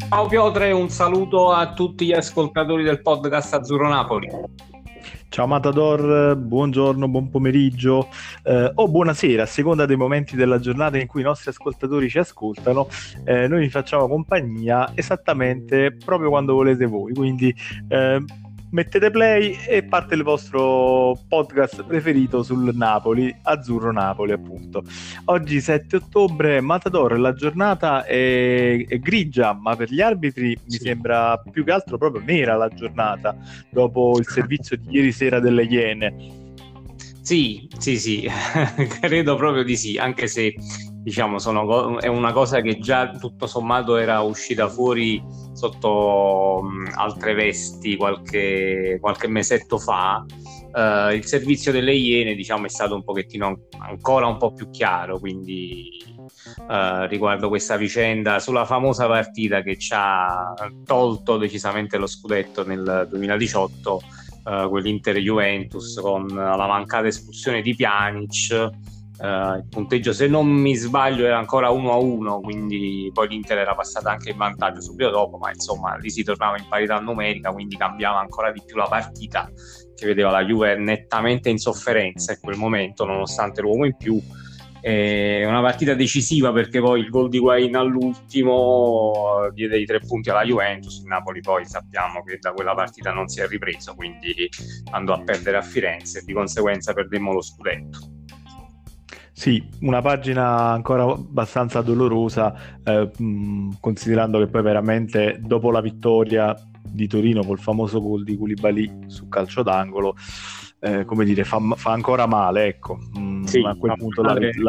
Ciao Piotre, un saluto a tutti gli ascoltatori del podcast Azzurro Napoli. Ciao Matador, buongiorno, buon pomeriggio o buonasera, a seconda dei momenti della giornata in cui i nostri ascoltatori ci ascoltano. Noi vi facciamo compagnia esattamente proprio quando volete voi, quindi mettete play e parte il vostro podcast preferito sul Napoli, Azzurro Napoli appunto. Oggi 7 ottobre, Matador, la giornata è grigia, ma per gli arbitri mi sembra più che altro proprio nera la giornata, dopo il servizio di ieri sera delle Iene. Sì, credo proprio di sì, anche se diciamo è una cosa che già tutto sommato era uscita fuori sotto altre vesti qualche mesetto fa. Il servizio delle Iene, diciamo, è stato un pochettino ancora un po' più chiaro, quindi riguardo questa vicenda sulla famosa partita che ci ha tolto decisamente lo scudetto nel 2018, quell'Inter-Juventus con la mancata espulsione di Pjanic. Il punteggio, se non mi sbaglio, era ancora 1-1, quindi poi l'Inter era passata anche in vantaggio subito dopo, ma insomma lì si tornava in parità numerica, quindi cambiava ancora di più la partita, che vedeva la Juve nettamente in sofferenza in quel momento, nonostante l'uomo in più. È una partita decisiva perché poi il gol di Higuaín all'ultimo diede i 3 punti alla Juventus. Il Napoli poi sappiamo che da quella partita non si è ripreso, quindi andò a perdere a Firenze e di conseguenza perdemmo lo scudetto. Sì, una pagina ancora abbastanza dolorosa, considerando che poi veramente dopo la vittoria di Torino col famoso gol di Koulibaly su calcio d'angolo, come dire, fa ancora male, ecco. Sì, a quel punto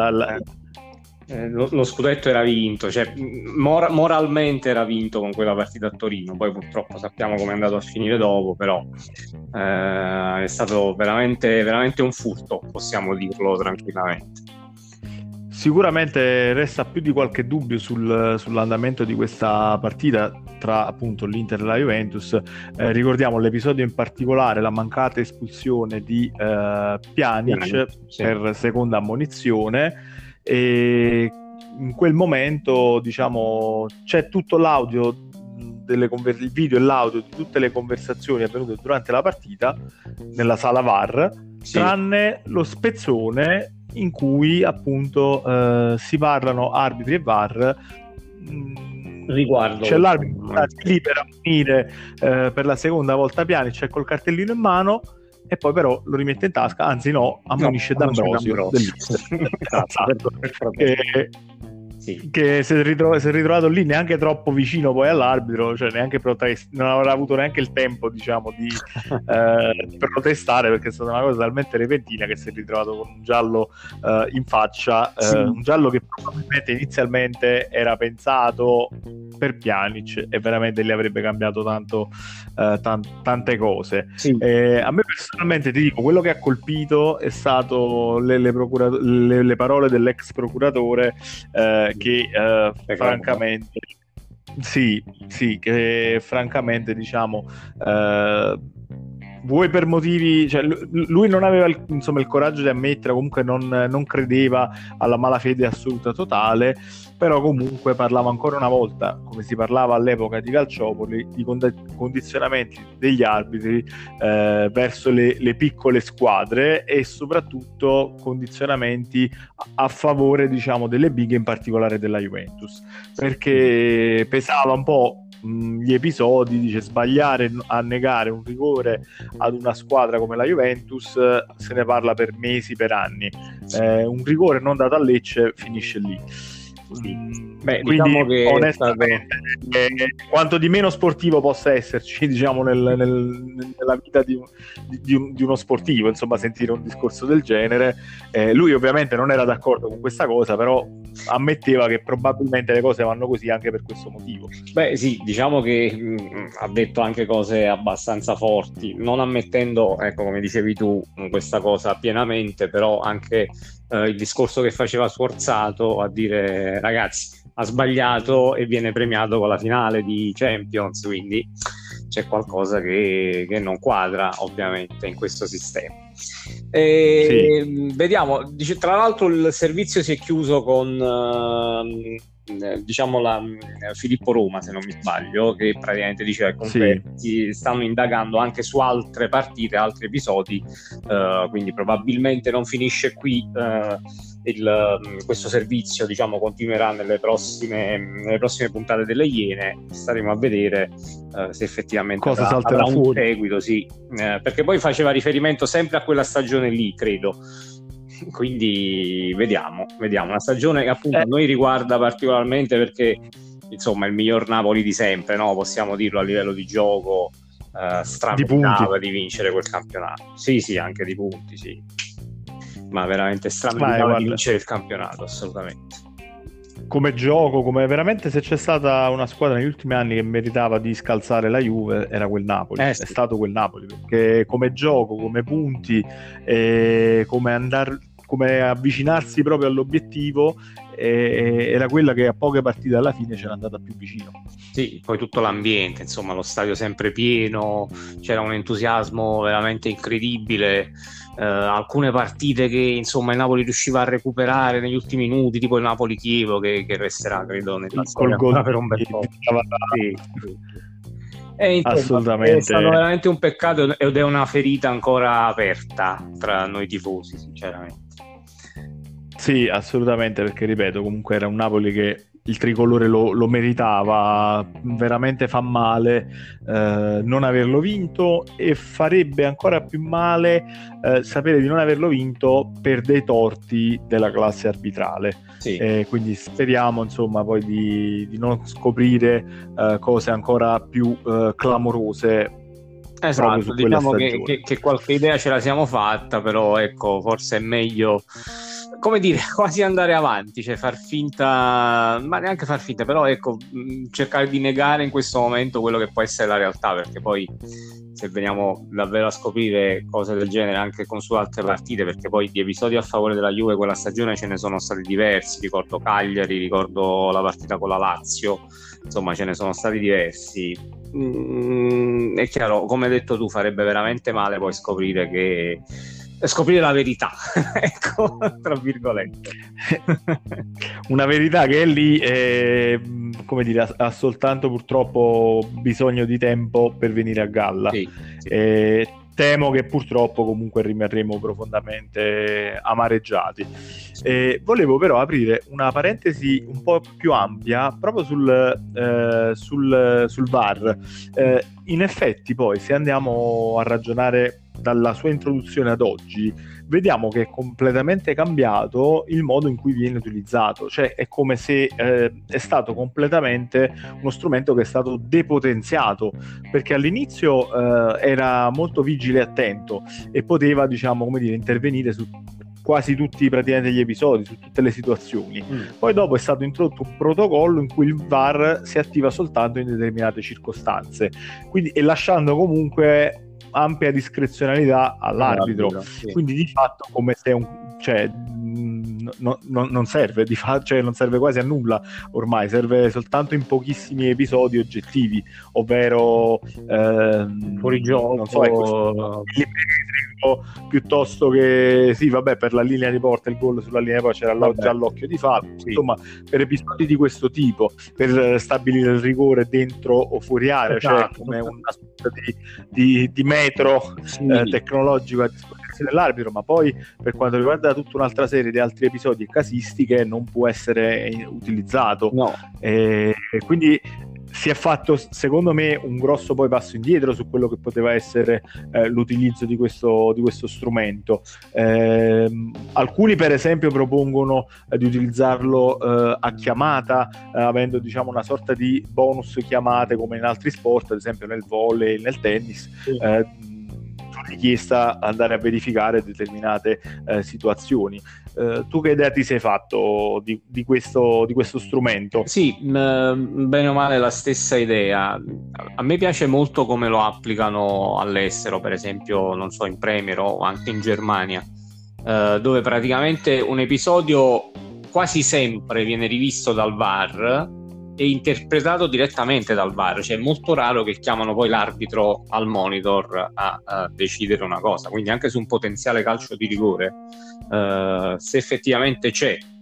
lo scudetto era vinto, cioè moralmente era vinto con quella partita a Torino, poi purtroppo sappiamo come è andato a finire dopo, però è stato veramente, veramente un furto, possiamo dirlo tranquillamente. Sicuramente resta più di qualche dubbio sull'andamento di questa partita tra appunto l'Inter e la Juventus. Ricordiamo l'episodio in particolare, la mancata espulsione di Pjanic per seconda ammonizione, e in quel momento, diciamo, c'è tutto l'audio il video e l'audio di tutte le conversazioni avvenute durante la partita nella sala VAR, tranne lo spezzone in cui appunto si parlano arbitri e VAR riguardo. C'è l'arbitro lì per ammonire per la seconda volta Pjanic, c'è col cartellino in mano, e poi però lo rimette in tasca, anzi ammonisce D'Ambrosio che si è ritrovato lì neanche troppo vicino poi all'arbitro, cioè neanche non avrà avuto neanche il tempo, diciamo, di protestare, perché è stata una cosa talmente repentina che si è ritrovato con un giallo in faccia, un giallo che probabilmente inizialmente era pensato per Pjanic e veramente gli avrebbe cambiato tante cose. A me personalmente, ti dico, quello che ha colpito è stato le parole dell'ex procuratore, che francamente che francamente, diciamo, vuoi per motivi, cioè lui non aveva il coraggio di ammettere, comunque non credeva alla malafede assoluta totale, però comunque parlava ancora una volta, come si parlava all'epoca di Calciopoli, di condizionamenti degli arbitri verso le piccole squadre, e soprattutto condizionamenti a favore, diciamo, delle big, in particolare della Juventus, perché pesava un po' gli episodi, dice, sbagliare a negare un rigore ad una squadra come la Juventus, se ne parla per mesi, per anni. Un rigore non dato a Lecce finisce lì. Beh, quindi diciamo che onestamente quanto di meno sportivo possa esserci, diciamo, nella vita di uno sportivo, insomma, sentire un discorso del genere. Lui ovviamente non era d'accordo con questa cosa, però ammetteva che probabilmente le cose vanno così anche per questo motivo. Beh sì, diciamo che ha detto anche cose abbastanza forti, non ammettendo, ecco, come dicevi tu, questa cosa pienamente, però anche il discorso che faceva Sforzato a dire: ragazzi, ha sbagliato e viene premiato con la finale di Champions, quindi c'è qualcosa che non quadra ovviamente in questo sistema. Vediamo, dice, tra l'altro il servizio si è chiuso con diciamo Filippo Roma, se non mi sbaglio, che praticamente diceva che comunque si stanno indagando anche su altre partite, altri episodi, quindi probabilmente non finisce qui. Questo servizio, diciamo, continuerà nelle prossime puntate delle Iene. Staremo a vedere se effettivamente cosa avrà un fuori. seguito, sì, perché poi faceva riferimento sempre a quella stagione lì, credo. Quindi vediamo una stagione che appunto a noi riguarda particolarmente, perché insomma è il miglior Napoli di sempre, no? Possiamo dirlo, a livello di gioco, strameritava di vincere quel campionato. Sì, anche di punti, sì, ma veramente strameritava di vincere il campionato, assolutamente. Come gioco, come veramente, se c'è stata una squadra negli ultimi anni che meritava di scalzare la Juve, era quel Napoli, sì. È stato quel Napoli, perché come gioco, come punti, come avvicinarsi proprio all'obiettivo, era quella che a poche partite alla fine c'era andata più vicino. Sì, poi tutto l'ambiente, insomma, lo stadio sempre pieno, c'era un entusiasmo veramente incredibile. Alcune partite che insomma il Napoli riusciva a recuperare negli ultimi minuti, tipo il Napoli-Chievo, che resterà, credo, nella storia per un bel po'. Sì. E insomma, assolutamente, è stato veramente un peccato, ed è una ferita ancora aperta tra noi tifosi, sinceramente. Sì, assolutamente, perché ripeto, comunque era un Napoli che il tricolore lo meritava. Veramente fa male non averlo vinto, e farebbe ancora più male sapere di non averlo vinto per dei torti della classe arbitrale. Sì. Quindi speriamo, insomma, poi di non scoprire cose ancora più clamorose. Esatto, diciamo che qualche idea ce la siamo fatta, però ecco, forse è meglio, come dire, quasi andare avanti, cioè far finta, ma neanche far finta, però ecco, cercare di negare in questo momento quello che può essere la realtà, perché poi se veniamo davvero a scoprire cose del genere anche su altre partite, perché poi di episodi a favore della Juve quella stagione ce ne sono stati diversi, ricordo Cagliari, ricordo la partita con la Lazio, insomma ce ne sono stati diversi. È chiaro, come hai detto tu, farebbe veramente male poi scoprire la verità, ecco, tra virgolette. Una verità che è lì, come dire, ha soltanto purtroppo bisogno di tempo per venire a galla. Sì. Temo che purtroppo comunque rimarremo profondamente amareggiati. Volevo però aprire una parentesi un po' più ampia proprio sul VAR. In effetti poi, se andiamo a ragionare dalla sua introduzione ad oggi, vediamo che è completamente cambiato il modo in cui viene utilizzato, cioè è come se è stato completamente uno strumento che è stato depotenziato, perché all'inizio era molto vigile e attento e poteva, diciamo, come dire, intervenire su quasi tutti praticamente gli episodi, su tutte le situazioni. Poi dopo è stato introdotto un protocollo in cui il VAR si attiva soltanto in determinate circostanze, quindi, e lasciando comunque ampia discrezionalità all'arbitro. Sì. Quindi di fatto come se non serve di fatto, cioè non serve quasi a nulla ormai, serve soltanto in pochissimi episodi oggettivi, ovvero fuori gioco, non so, piuttosto che sì, vabbè, per la linea di porta, il gol sulla linea di porta c'era già l'occhio di fallo, sì. Insomma, per episodi di questo tipo, per stabilire il rigore dentro o fuori area, esatto. Cioè come una sorta di metro tecnologico a disposizione dell'arbitro, ma poi per quanto riguarda tutta un'altra serie di altri episodi e casistiche non può essere utilizzato. No. Quindi si è fatto, secondo me, un grosso poi passo indietro su quello che poteva essere l'utilizzo di questo strumento. Alcuni per esempio propongono di utilizzarlo a chiamata, avendo, diciamo, una sorta di bonus chiamate come in altri sport, ad esempio nel volley, nel tennis. Sì. Richiesta andare a verificare determinate situazioni. Tu che idea ti sei fatto di questo strumento? Sì, bene o male la stessa idea. A me piace molto come lo applicano all'estero, per esempio, non so, in Premier o anche in Germania, dove praticamente un episodio quasi sempre viene rivisto dal VAR e interpretato direttamente dal VAR, cioè è molto raro che chiamano poi l'arbitro al monitor a decidere una cosa, quindi anche su un potenziale calcio di rigore, se effettivamente c'è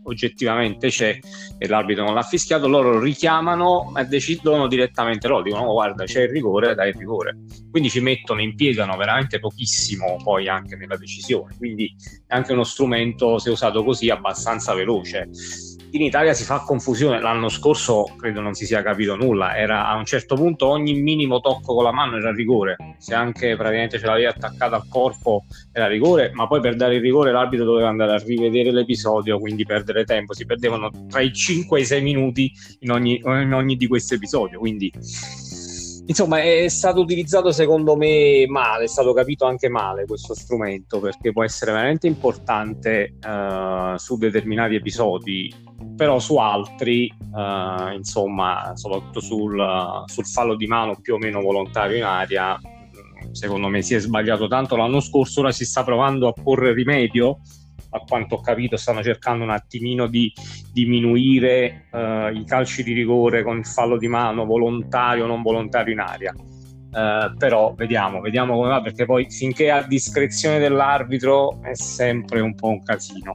oggettivamente c'è e l'arbitro non l'ha fischiato, loro lo richiamano e decidono direttamente loro, dicono oh, guarda c'è il rigore, dai il rigore, quindi ci impiegano veramente pochissimo poi anche nella decisione, quindi è anche uno strumento, se usato così, abbastanza veloce. In Italia si fa confusione, l'anno scorso credo non si sia capito nulla, era a un certo punto ogni minimo tocco con la mano era rigore, se anche praticamente ce l'avevi attaccata al corpo era rigore, ma poi per dare il rigore l'arbitro doveva andare a rivedere l'episodio, quindi perdere tempo, si perdevano tra i 5 e i 6 minuti in ogni di questi episodi, quindi insomma è stato utilizzato secondo me male, è stato capito anche male questo strumento, perché può essere veramente importante su determinati episodi, però su altri insomma soprattutto sul fallo di mano più o meno volontario in aria, secondo me si è sbagliato tanto l'anno scorso, ora si sta provando a porre rimedio, a quanto ho capito stanno cercando un attimino di diminuire i calci di rigore con il fallo di mano volontario o non volontario in aria, però vediamo come va, perché poi finché è a discrezione dell'arbitro è sempre un po' un casino.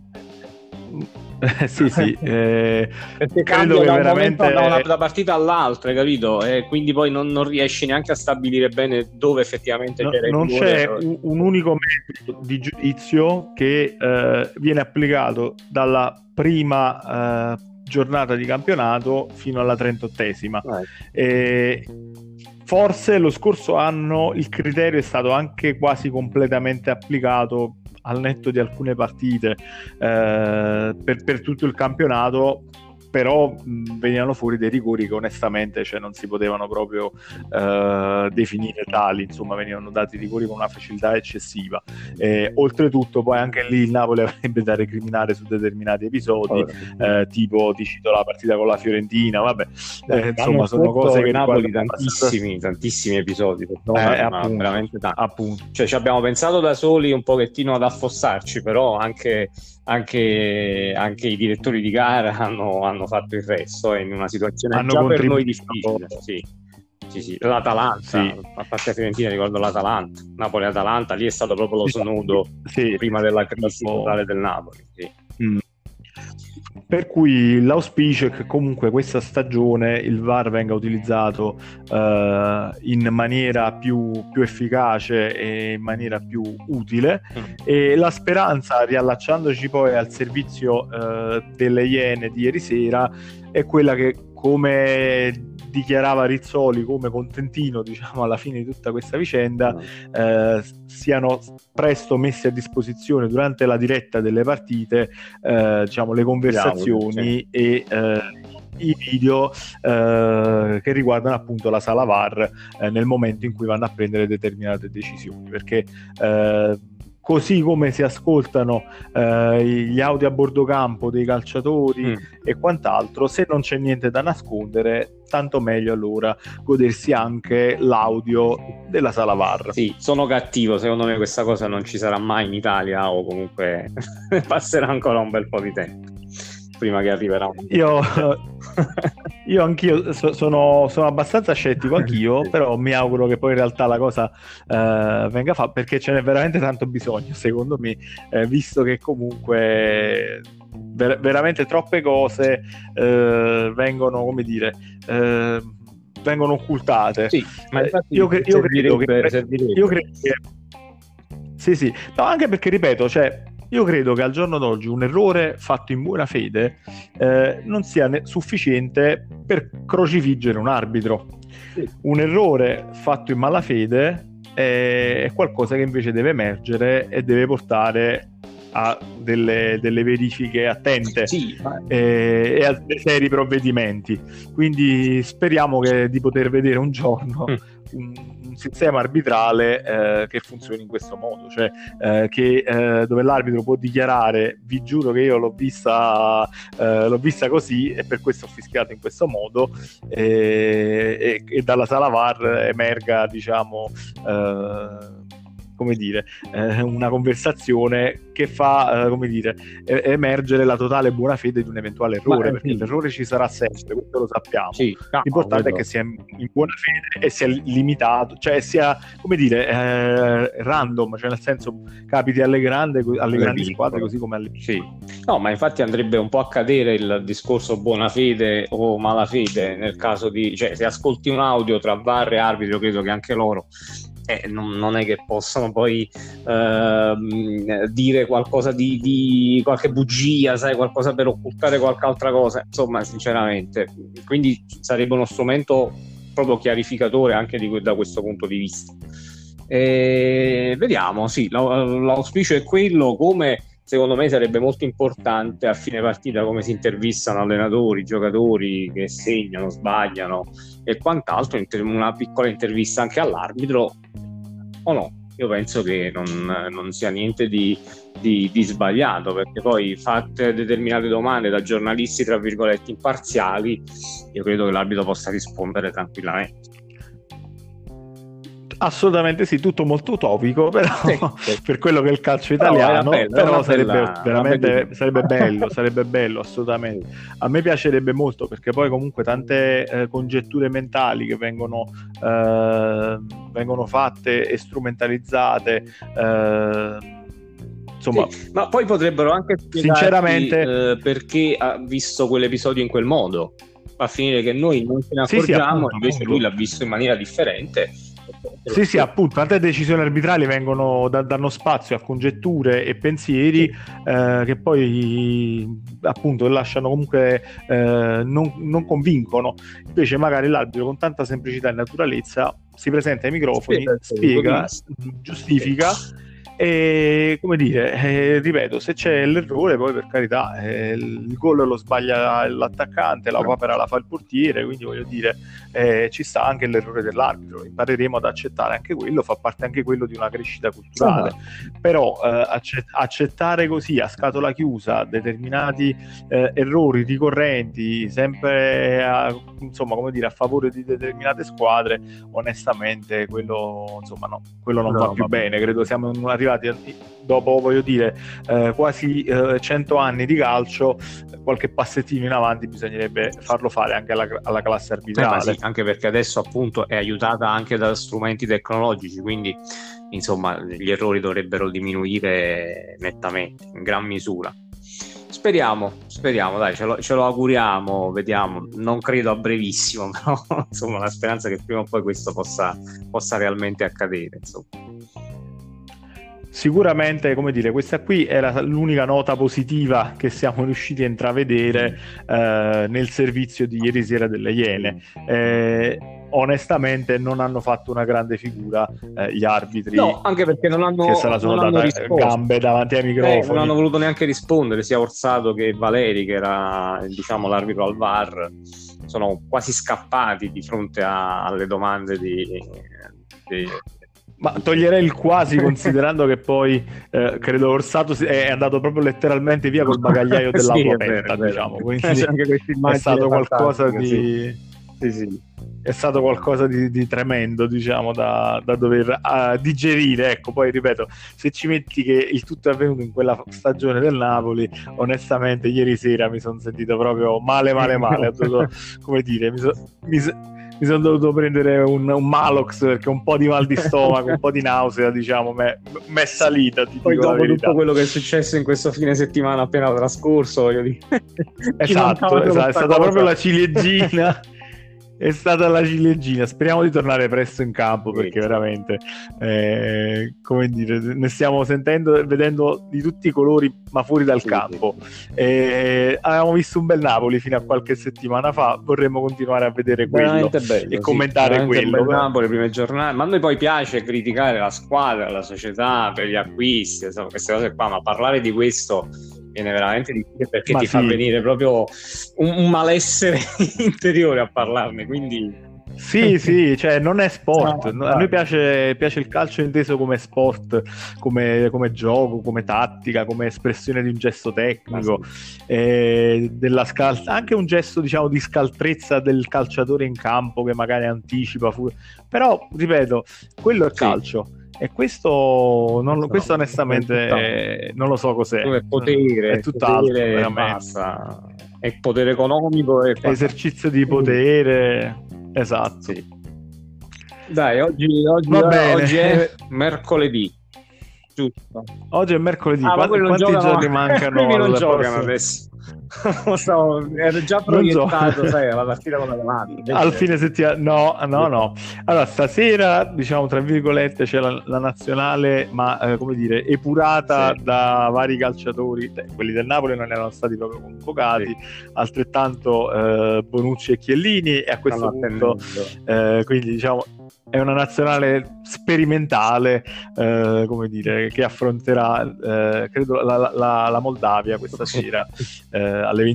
Sì, perché cambia da veramente da partita all'altra, capito? E quindi poi non riesci neanche a stabilire bene dove effettivamente c'era non c'è un unico metodo di giudizio che viene applicato dalla prima giornata di campionato fino alla 38esima. Forse lo scorso anno il criterio è stato anche quasi completamente applicato al netto di alcune partite per tutto il campionato, però venivano fuori dei rigori che onestamente non si potevano proprio definire tali, insomma venivano dati rigori con una facilità eccessiva, oltretutto poi anche lì il Napoli avrebbe da recriminare su determinati episodi, tipo ti cito la partita con la Fiorentina, vabbè, insomma sono cose che Napoli tantissimi episodi, appunto, veramente tanti. Appunto. Cioè ci abbiamo pensato da soli un pochettino ad affossarci, però anche i direttori di gara hanno fatto il resto, in una situazione già per noi difficile. Sì. L'Atalanta, a parte la Fiorentina ricordo l'Atalanta, Napoli-Atalanta, lì è stato proprio lo snodo prima della crisi totale del Napoli. Per cui l'auspicio è che comunque questa stagione il VAR venga utilizzato in maniera più efficace e in maniera più utile, e la speranza, riallacciandoci poi al servizio delle Iene di ieri sera, è quella che, come dichiarava Rizzoli come contentino, diciamo, alla fine di tutta questa vicenda, siano presto messi a disposizione durante la diretta delle partite diciamo le conversazioni e i video che riguardano appunto la sala VAR nel momento in cui vanno a prendere determinate decisioni, perché così come si ascoltano gli audio a bordo campo dei calciatori e quant'altro, se non c'è niente da nascondere, tanto meglio allora godersi anche l'audio della sala VAR. Sì, sono cattivo, secondo me questa cosa non ci sarà mai in Italia, o comunque passerà ancora un bel po' di tempo prima che arriverà io anch'io sono abbastanza scettico anch'io, però mi auguro che poi in realtà la cosa venga fatta, perché ce n'è veramente tanto bisogno, secondo me, visto che comunque veramente troppe cose vengono, vengono occultate. Sì, ma io credo che sì, no, anche perché ripeto, io credo che al giorno d'oggi un errore fatto in buona fede non sia sufficiente per crocifiggere un arbitro. Un errore fatto in malafede è qualcosa che invece deve emergere e deve portare a delle verifiche attente e a dei seri provvedimenti. Quindi speriamo di poter vedere un giorno un sistema arbitrale che funzioni in questo modo, dove l'arbitro può dichiarare: vi giuro che io l'ho vista così e per questo ho fischiato in questo modo, e dalla sala VAR emerga, diciamo, come dire, una conversazione che fa, come dire, emergere la totale buona fede di un eventuale errore, perché l'errore ci sarà sempre, questo lo sappiamo. Sì, l'importante è che sia in buona fede e sia limitato, cioè sia, come dire, random, cioè nel senso capiti alle grandi squadre così come alle piccole. Sì. No, ma infatti andrebbe un po' a cadere il discorso buona fede o malafede nel caso di, cioè se ascolti un audio tra VAR e arbitro, credo che anche loro non è che possano poi dire qualcosa di qualche bugia, sai, qualcosa per occultare qualche altra cosa, insomma, sinceramente, quindi sarebbe uno strumento proprio chiarificatore anche da questo punto di vista. Vediamo, sì, l'auspicio è quello, come secondo me sarebbe molto importante a fine partita come si intervistano allenatori, giocatori che segnano, sbagliano e quant'altro, una piccola intervista anche all'arbitro, o no? Io penso che non sia niente di sbagliato, perché poi fatte determinate domande da giornalisti tra virgolette imparziali, io credo che l'arbitro possa rispondere tranquillamente. Assolutamente sì, tutto molto utopico, però sì. Per quello che è il calcio italiano, però sarebbe bello assolutamente. A me piacerebbe molto, perché poi comunque tante congetture mentali che vengono fatte e strumentalizzate, insomma, sì, ma poi potrebbero anche spiegarci, sinceramente, perché ha visto quell'episodio in quel modo, a finire che noi non ce ne accorgiamo, sì, invece lui l'ha visto in maniera differente. Sì, appunto, tante decisioni arbitrali danno spazio a congetture e pensieri che poi appunto lasciano comunque non convincono. Invece magari l'arbitro con tanta semplicità e naturalezza si presenta ai microfoni, spiega, giustifica. E come dire, ripeto, se c'è l'errore poi per carità, il gol lo sbaglia l'attaccante, la papera la fa il portiere, quindi voglio dire, ci sta anche l'errore dell'arbitro, impareremo ad accettare anche quello, fa parte anche quello di una crescita culturale. Però accettare così a scatola chiusa determinati errori ricorrenti sempre insomma, come dire, a favore di determinate squadre, onestamente quello, insomma, no, quello non va più bene. Credo siamo arrivati dopo, voglio dire, quasi 100 anni di calcio, qualche passettino in avanti bisognerebbe farlo fare anche alla classe arbitrale. Sì, anche perché adesso appunto è aiutata anche da strumenti tecnologici, quindi insomma gli errori dovrebbero diminuire nettamente, in gran misura. Speriamo, dai, ce lo auguriamo, vediamo, non credo a brevissimo, però insomma la speranza che prima o poi questo possa realmente accadere, insomma. Sicuramente, come dire, questa qui era l'unica nota positiva che siamo riusciti a intravedere nel servizio di ieri sera delle Iene. Onestamente non hanno fatto una grande figura gli arbitri, no, anche perché non hanno risposto. Gambe davanti ai microfoni, non hanno voluto neanche rispondere, sia Orsato che Valeri, che era, diciamo, l'arbitro al VAR, sono quasi scappati di fronte alle domande ma toglierei il quasi, considerando che poi credo Orsato è andato proprio letteralmente via col bagagliaio dell'auto aperta, diciamo, quindi è stato qualcosa di... Sì. È stato qualcosa di tremendo, diciamo, da dover digerire. Ecco, poi ripeto, se ci metti che il tutto è avvenuto in quella stagione del Napoli, onestamente ieri sera mi sono sentito proprio male. Ho dovuto, come dire, mi sono dovuto prendere un Malox, perché un po' di mal di stomaco, un po' di nausea, diciamo, m'è salita. Poi dopo tutto quello che è successo in questo fine settimana appena trascorso, voglio dire. Esatto, è stata proprio la ciliegina. È stata la ciliegina. Speriamo di tornare presto in campo, perché veramente come dire, ne stiamo sentendo e vedendo di tutti i colori, ma fuori dal campo. Avevamo visto un bel Napoli fino a qualche settimana fa, vorremmo continuare a vedere quello bello, e commentare quello. Napoli, prime giornate, ma a noi poi piace criticare la squadra, la società per gli acquisti, insomma, queste cose qua, ma parlare di questo viene veramente difficile, perché ti fa venire proprio un malessere interiore a parlarne, quindi sì, cioè non è sport. No, a noi piace il calcio inteso come sport, come gioco, come tattica, come espressione di un gesto tecnico, anche un gesto, diciamo, di scaltrezza del calciatore in campo che magari anticipa, però ripeto, quello è calcio. E questo, questo No, onestamente non lo so cos'è. è potere, È tutt'altro, potere e veramente. basta. È potere economico e Esercizio di potere, esatto. Sì. Dai, Va bene. oggi è mercoledì, giusto? Oggi è mercoledì, Ma quelli non quanti giocano, giorni mancano? quelli non al giocano prossimo? adesso. Ero già Non proiettato, gioca. sai, la partita con la Davanti. Al fine settimana, no. Allora, stasera, diciamo tra virgolette, c'è la nazionale, ma come dire, epurata Sì. da vari calciatori. Quelli del Napoli non erano stati proprio convocati, Sì. altrettanto Bonucci e Chiellini, e a questo punto, quindi diciamo, è una nazionale sperimentale, come dire, che affronterà, credo, la Moldavia questa sera alle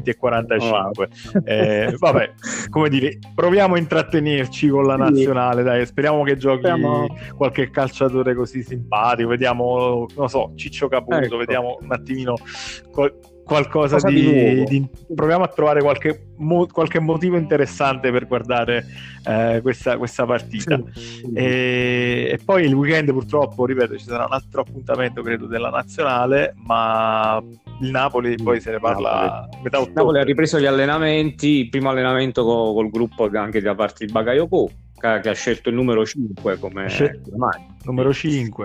20:45. Vabbè, come dire, proviamo a intrattenerci con la nazionale, dai, speriamo che giochi qualche calciatore così simpatico, vediamo, non so, Ciccio Caputo, ecco. Vediamo un attimino qualcosa di proviamo a trovare qualche motivo interessante per guardare questa partita. Sì. E poi il weekend, purtroppo, ripeto, ci sarà un altro appuntamento, credo, della nazionale, ma il Napoli poi se ne parla a metà ottobre. Napoli ha ripreso gli allenamenti, il primo allenamento col gruppo anche da parte di Bakayoko, che ha scelto il numero 5 come numero 5.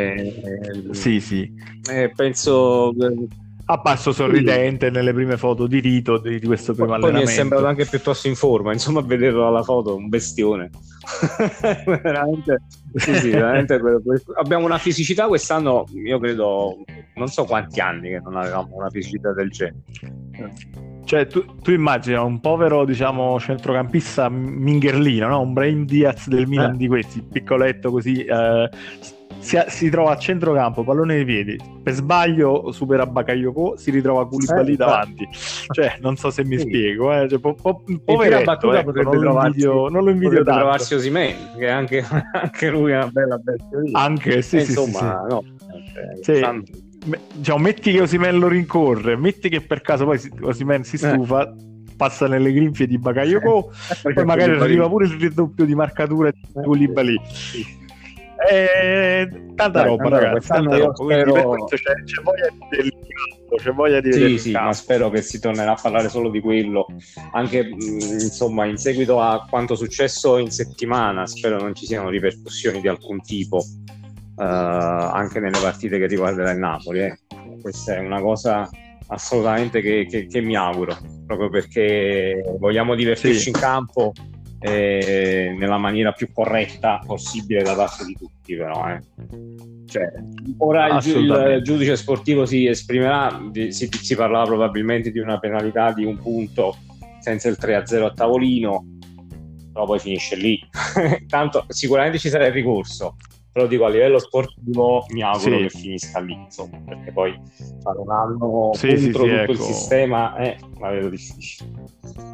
Sì. Penso apparso sorridente nelle prime foto di rito di questo primo allenamento. Mi è sembrato anche piuttosto in forma, insomma, a vederlo dalla foto, un bestione. Veramente, veramente abbiamo una fisicità quest'anno, io credo, non so quanti anni che non avevamo una fisicità del genere. Cioè tu immagina un povero, diciamo, centrocampista mingherlino, no? Un Brahim Diaz del Milan, di questi, piccoletto così, si trova a centrocampo, pallone nei piedi, per sbaglio supera Bakayoko, si ritrova Koulibaly davanti. Cioè, non so se mi spiego, cioè, poveretto, ecco, non lo invidio tanto. Trovarsi Osimhen, che anche lui è una bella bestia. Anche, sì. No. Diciamo, metti che Osimhen lo rincorre, metti che per caso poi Osimhen si stufa, passa nelle grinfie di Bakayoko, poi magari arriva pure il raddoppio di marcatura di Koulibaly. Tanta roba, ragazzi, tanta roba. Quindi per questo c'è voglia di vederlo. Sì, ma spero che si tornerà a parlare solo di quello, anche insomma, in seguito a quanto successo in settimana. Spero non ci siano ripercussioni di alcun tipo anche nelle partite che riguarderà il Napoli. Questa è una cosa assolutamente che mi auguro, proprio perché vogliamo divertirci in campo nella maniera più corretta possibile da parte di tutti, però cioè, ora il giudice sportivo si esprimerà, si parlava probabilmente di una penalità di 1 punto senza il 3-0 a tavolino, però poi finisce lì. Tanto sicuramente ci sarà il ricorso, però dico, a livello sportivo mi auguro che finisca lì, insomma, perché poi fare un anno contro tutto il sistema la vedo difficile.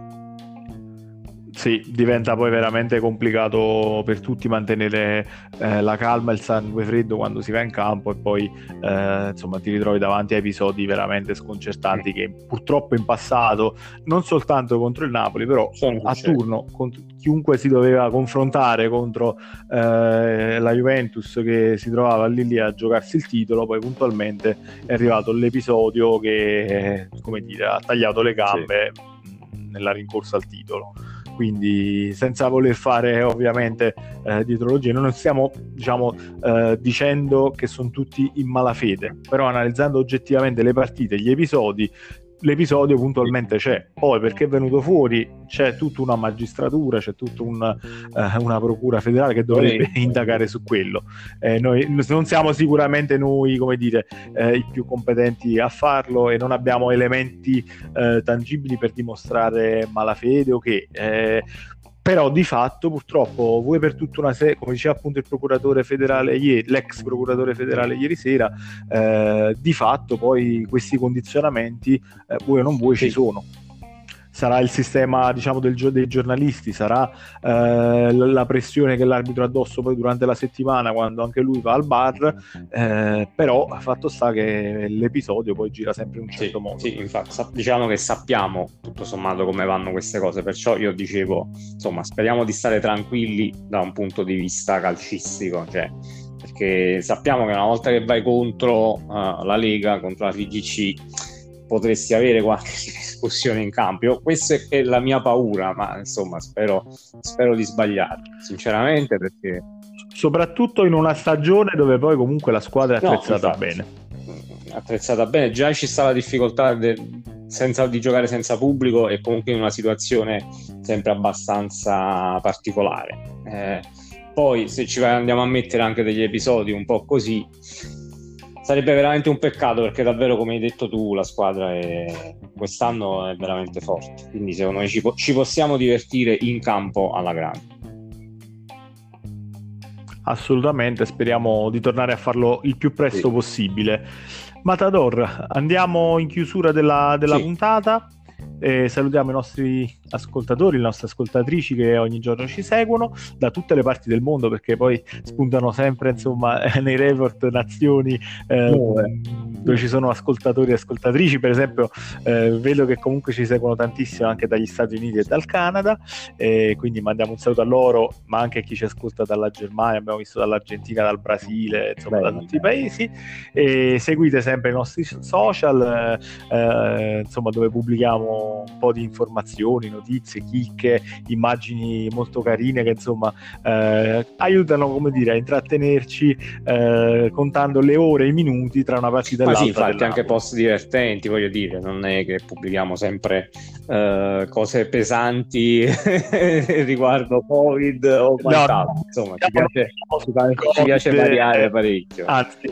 Sì, diventa poi veramente complicato per tutti mantenere la calma e il sangue freddo quando si va in campo, e poi insomma ti ritrovi davanti a episodi veramente sconcertanti che purtroppo in passato, non soltanto contro il Napoli, però a turno contro chiunque si doveva confrontare contro la Juventus, che si trovava lì a giocarsi il titolo, poi puntualmente è arrivato l'episodio che come dire, ha tagliato le gambe nella rincorsa al titolo. Quindi, senza voler fare ovviamente dietrologia, noi non stiamo, diciamo, dicendo che sono tutti in malafede, però analizzando oggettivamente le partite, gli episodi, l'episodio puntualmente c'è. Poi perché è venuto fuori c'è tutta una magistratura, c'è tutta una procura federale che dovrebbe indagare su quello. Noi non siamo sicuramente noi, come dire, i più competenti a farlo, e non abbiamo elementi tangibili per dimostrare malafede o che però di fatto purtroppo vuoi per tutta una serie, come diceva appunto il procuratore federale l'ex procuratore federale ieri sera, di fatto poi questi condizionamenti vuoi o non vuoi ci sono. Sarà il sistema, diciamo, dei giornalisti, sarà la pressione che l'arbitro ha addosso poi durante la settimana quando anche lui va al bar, però fatto sta che l'episodio poi gira sempre in un certo modo. Sì, infatti diciamo che sappiamo tutto sommato come vanno queste cose, perciò io dicevo, insomma, speriamo di stare tranquilli da un punto di vista calcistico, cioè, perché perché sappiamo che una volta che vai contro la Lega, contro la FIGC, potresti avere qualche discussione in campo. Questa è la mia paura, ma insomma spero di sbagliare, sinceramente, perché soprattutto in una stagione dove poi comunque la squadra è attrezzata bene. Già ci sta la difficoltà di giocare senza pubblico e comunque in una situazione sempre abbastanza particolare. Poi se andiamo a mettere anche degli episodi un po' così, sarebbe veramente un peccato, perché davvero, come hai detto tu, la squadra quest'anno è veramente forte, quindi secondo me ci possiamo divertire in campo alla grande. Assolutamente, speriamo di tornare a farlo il più presto possibile. Matador, andiamo in chiusura della puntata. Salutiamo i nostri ascoltatori, le nostre ascoltatrici che ogni giorno ci seguono da tutte le parti del mondo, perché poi spuntano sempre, insomma, nei report nazioni dove ci sono ascoltatori e ascoltatrici. Per esempio vedo che comunque ci seguono tantissimo anche dagli Stati Uniti e dal Canada, quindi mandiamo un saluto a loro, ma anche a chi ci ascolta dalla Germania, abbiamo visto dall'Argentina, dal Brasile, insomma da tutti i paesi. Seguite sempre i nostri social, insomma, dove pubblichiamo un po' di informazioni, notizie, chicche, immagini molto carine che insomma aiutano, come dire, a intrattenerci, contando le ore e i minuti tra una partita e l'altra. Sì, infatti anche post divertenti, voglio dire, non è che pubblichiamo sempre cose pesanti riguardo Covid o quant'altro. Insomma, ci piace variare parecchio. Anzi,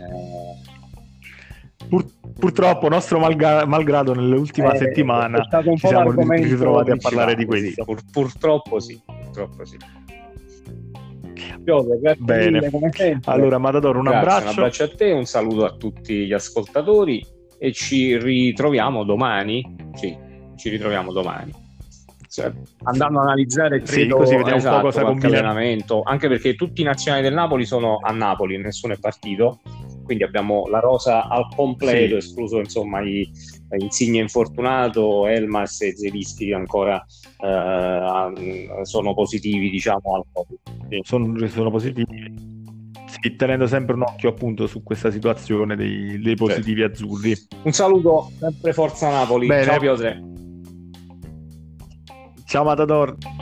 purtroppo, nostro malgrado, nell'ultima settimana ci siamo ritrovati a parlare di questo. Purtroppo sì. Bene, allora Matador, un abbraccio a te, un saluto a tutti gli ascoltatori e ci ritroviamo domani. Andando a analizzare, credo, così vediamo un po' cosa combina allenamento, anche perché tutti i nazionali del Napoli sono a Napoli, nessuno è partito, quindi abbiamo la rosa al completo, escluso insomma Insigne infortunato, Elmas e Zelisti che ancora sono positivi, diciamo, al Covid. Sono positivi, sì, tenendo sempre un occhio appunto su questa situazione dei positivi azzurri. Un saluto, sempre Forza Napoli. Bene. Ciao Piotre. Ciao Matador.